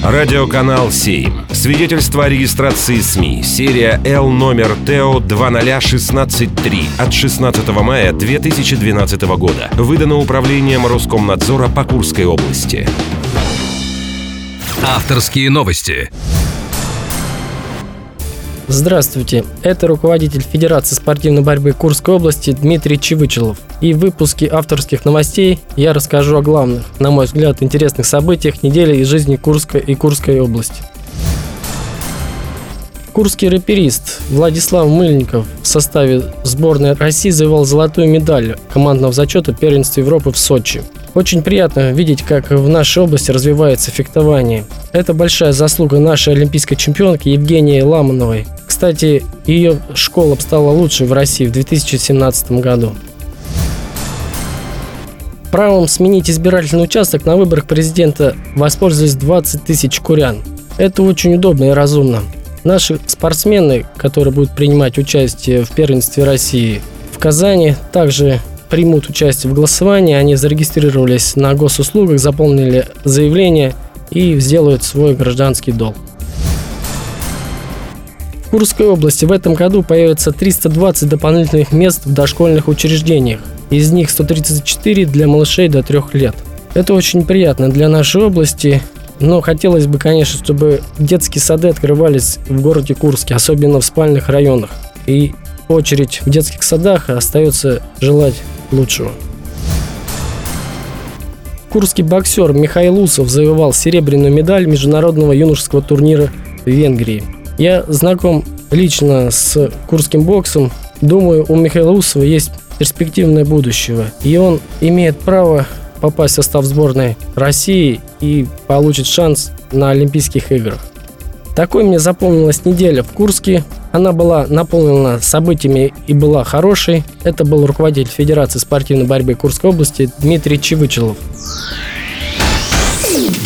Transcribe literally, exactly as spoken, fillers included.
Радиоканал семь. Свидетельство о регистрации СМИ. Серия Л номер ТЭО два ноль один шесть три от шестнадцатого мая две тысячи двенадцатого года. Выдано управлением Роскомнадзора по Курской области. Авторские новости. Здравствуйте, это руководитель Федерации спортивной борьбы Курской области Дмитрий Чевычелов. И в выпуске авторских новостей я расскажу о главных, на мой взгляд, интересных событиях недели из жизни Курской и Курской области. Курский рэперист Владислав Мыльников в составе сборной России завоевал золотую медаль командного зачета первенства Европы в Сочи. Очень приятно видеть, как в нашей области развивается фехтование. Это большая заслуга нашей олимпийской чемпионки Евгении Ламановой. Кстати, ее школа стала лучшей в России в две тысячи семнадцатом году. Правом сменить избирательный участок на выборах президента воспользовались двадцать тысяч курян. Это очень удобно и разумно. Наши спортсмены, которые будут принимать участие в первенстве России в Казани, также примут участие в голосовании. Они зарегистрировались на госуслугах, заполнили заявление и сделают свой гражданский долг. В Курской области в этом году появится триста двадцать дополнительных мест в дошкольных учреждениях. Из них сто тридцать четыре для малышей до трёх лет. Это очень приятно для нашей области. Но хотелось бы, конечно, чтобы детские сады открывались в городе Курске, особенно в спальных районах. И очередь в детских садах остается желать лучшего. Курский боксер Михаил Усов завоевал серебряную медаль международного юношеского турнира в Венгрии. Я знаком лично с курским боксом. Думаю, у Михаила Усова есть перспективное будущее. И он имеет право попасть в состав сборной России и получит шанс на Олимпийских играх. Такой мне запомнилась неделя в Курске. Она была наполнена событиями и была хорошей. Это был руководитель Федерации спортивной борьбы Курской области Дмитрий Чевычелов.